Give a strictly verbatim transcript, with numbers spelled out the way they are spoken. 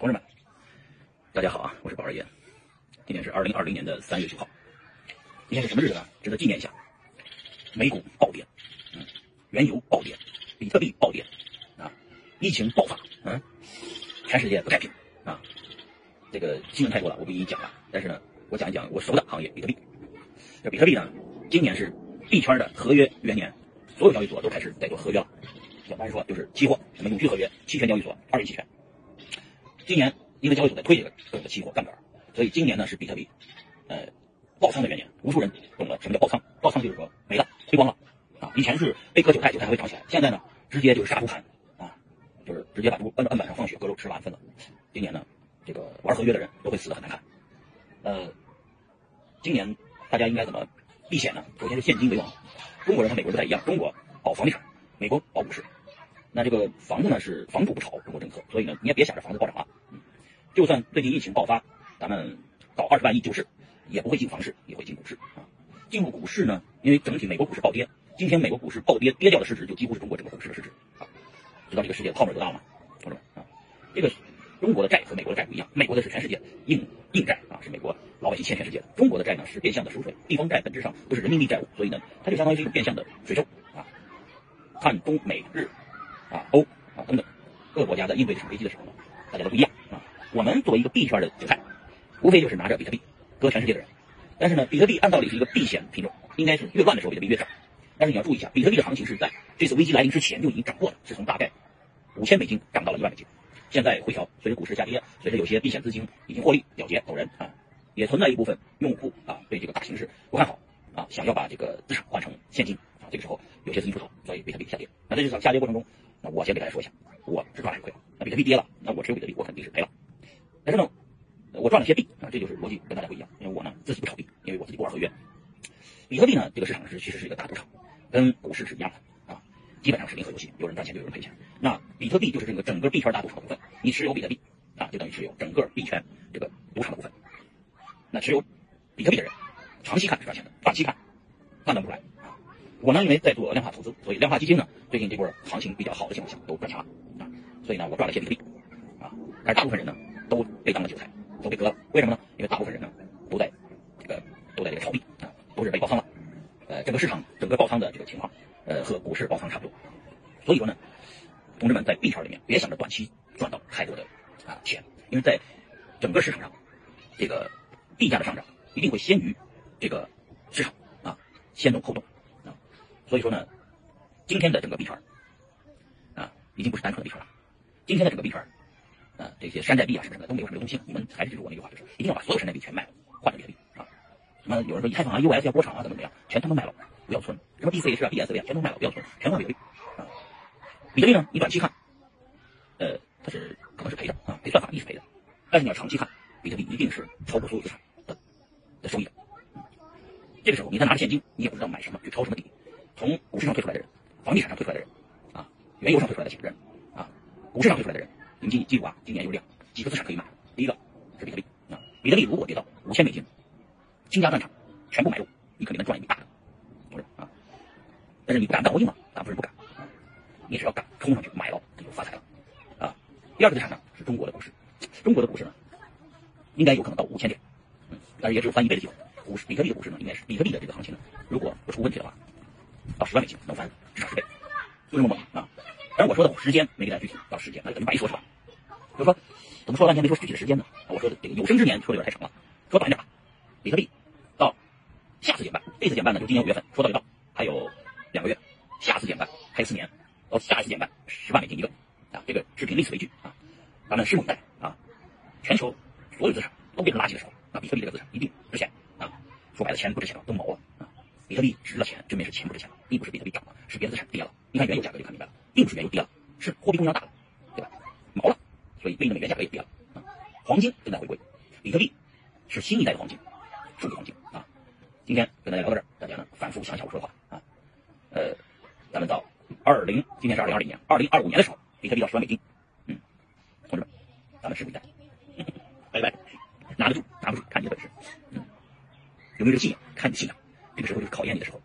同志们，大家好啊，我是宝二爷。今天是二零二零年的三月九号，今天是什么日子呢？值得纪念一下。美股暴跌，嗯，原油暴跌，比特币暴跌，啊，疫情爆发，嗯，全世界不太平啊。这个新闻太多了，我不一一讲了。但是呢，我讲一讲我熟的行业——比特币。这比特币呢，今年是币圈的合约元年，所有交易所都开始在做合约了。简单说就是期货，什么永续合约、期权交易所、二级期权。今年因为交易所在推这个各种的期货杠杆，所以今年呢是比特币呃爆仓的元年。无数人懂了什么叫爆仓，爆仓就是说没了，亏光了啊！以前是被割韭菜，韭菜还会长起来，现在呢直接就是杀猪盘啊，就是直接把猪摁到案板上放血，割肉吃完分了。今年呢，这个玩合约的人都会死得很难看。呃，今年大家应该怎么避险呢？首先是现金为王，中国人和美国人不太一样，中国保房地产，美国保股市。那这个房子呢是房住不炒，中国政策，所以呢你也别想着房子暴涨了。嗯，就算最近疫情爆发，咱们搞二十万亿救市，也不会进房市，也会进股市啊。进入股市呢，因为整体美国股市暴跌，今天美国股市暴跌，跌掉的市值就几乎是中国整个股市的市值啊。知道这个世界泡沫多大吗？同志们啊，这个中国的债和美国的债不一样，美国的是全世界硬硬债啊，是美国老百姓欠全世界的。中国的债呢是变相的赎水，地方债本质上都是人民币债务，所以呢它就相当于是一种变相的税收啊。看中美日。啊，欧啊等等各个国家在应对这场危机的时候呢，大家都不一样啊。我们作为一个币圈的韭菜，无非就是拿着比特币割全世界的人。但是呢，比特币按道理是一个避险品种，应该是越乱的时候比特币越涨。但是你要注意一下，比特币的行情是在这次危机来临之前就已经涨过了，是从大概五千美金涨到了一万美金。现在回调，随着股市下跌，随着有些避险资金已经获利了结走人啊，也存在一部分用户啊对这个大形势不看好啊，想要把这个资产换成现金啊，这个时候有些资金出逃，所以比特币下跌。那在这场下跌过程中，那我先给大家说一下，我是赚还是亏了？那比特币跌了，那我持有比特币，我肯定是赔了。但是呢，我赚了些币啊，这就是逻辑跟大家不一样。因为我呢自己不炒币，因为我自己不玩合约。比特币呢，这个市场是其实是一个大赌场，跟股市是一样的啊，基本上是零和游戏，有人赚钱就有人赔钱。那比特币就是这个整个币圈大赌场的部分，你持有比特币啊，就等于持有整个币圈这个赌场的部分。那持有比特币的人，长期看是赚钱的，短期看判断不出来。我呢，因为在做量化投资，所以量化基金呢，最近这波行情比较好的情况下都赚钱了啊，所以呢，我赚了些比特币啊，但是大部分人呢都被当了韭菜，都被割了。为什么呢？因为大部分人呢都在这个都在这个炒币啊，都是被爆仓了。呃，整个市场整个爆仓的这个情况，呃，和股市爆仓差不多。所以说呢，同志们在币圈里面别想着短期赚到太多的啊钱，因为在整个市场上，这个币价的上涨一定会先于这个市场啊先动后动。所以说呢，今天的整个币圈啊，已经不是单纯的币圈了。今天的整个币圈啊，这些山寨币啊什么什么的都没有什么流动性。你们还是记住我那句话，就是一定要把所有山寨币全卖了，换成比特币啊。什么有人说以太坊啊、U S 要波场啊，怎么怎么样，全他妈卖了，不要存。什么 B C H 啊、B S V 啊，全都卖了，不要存，全换比特币啊。比特币呢，你短期看，呃，它是可能是赔的啊，赔算法一是赔的，但是你要长期看，比特币一定是超过所有资产的的收益的。这个时候你再拿着现金，你也不知道买什么，去抄什么底。从股市上退出来的人，房地产上退出来的人，啊，原油上退出来的人，啊，股市上退出来的人，你们记记住啊，今年有两几个资产可以买。第一个是比特币啊，比特币如果跌到五千美金，倾家荡产，全部买入，你肯定能赚一笔大的，不是啊？但是你不敢干all in嘛？大部分人不敢啊，你只要敢冲上去买了，你就发财了啊。第二个资产呢是中国的股市，中国的股市呢，应该有可能到五千点，嗯，但是也只有翻一倍的机会。股市比特币的股市呢，应该是比特币的这个行情呢，如果不出问题的话，到十万美金能翻至少十倍，就这么猛啊！当然我说的时间没给大家具体到时间，那就等于白说是吧？就是说怎么说了半天没说具体的时间呢？我说的这个有生之年说的有点太长了，说短一点吧。比特币到下次减半，这次减半呢就今年五月份，说到就到，还有两个月，下次减半还有四年，到下一次减半十万美金一个啊！这个是凭历史为据啊，咱们拭目以待啊！全球所有资产都变成垃圾的时候，那比特币这个资产一定值钱啊！说白了，钱不值钱了，都毛了啊！比特币值了钱，证明是钱不值钱了，并不是比特币涨了，是别的资产跌了。你看原油价格就看明白了，并不是原油跌了，是货币供应量大了，对吧？毛了，所以对应的美元价格也跌了啊。黄金正在回归，比特币是新一代的黄金，数字黄金啊。今天跟大家聊到这儿，大家呢反复想想我说的话啊。呃，咱们到二零，今天是二零二零年，二零二五年的时候，比特币到十万美金，嗯，同志们，咱们拭目以待，拜拜，拿得住拿不住看你的本事，嗯，有没有这个信仰，看你的信仰。这个时候就是考验你的时候。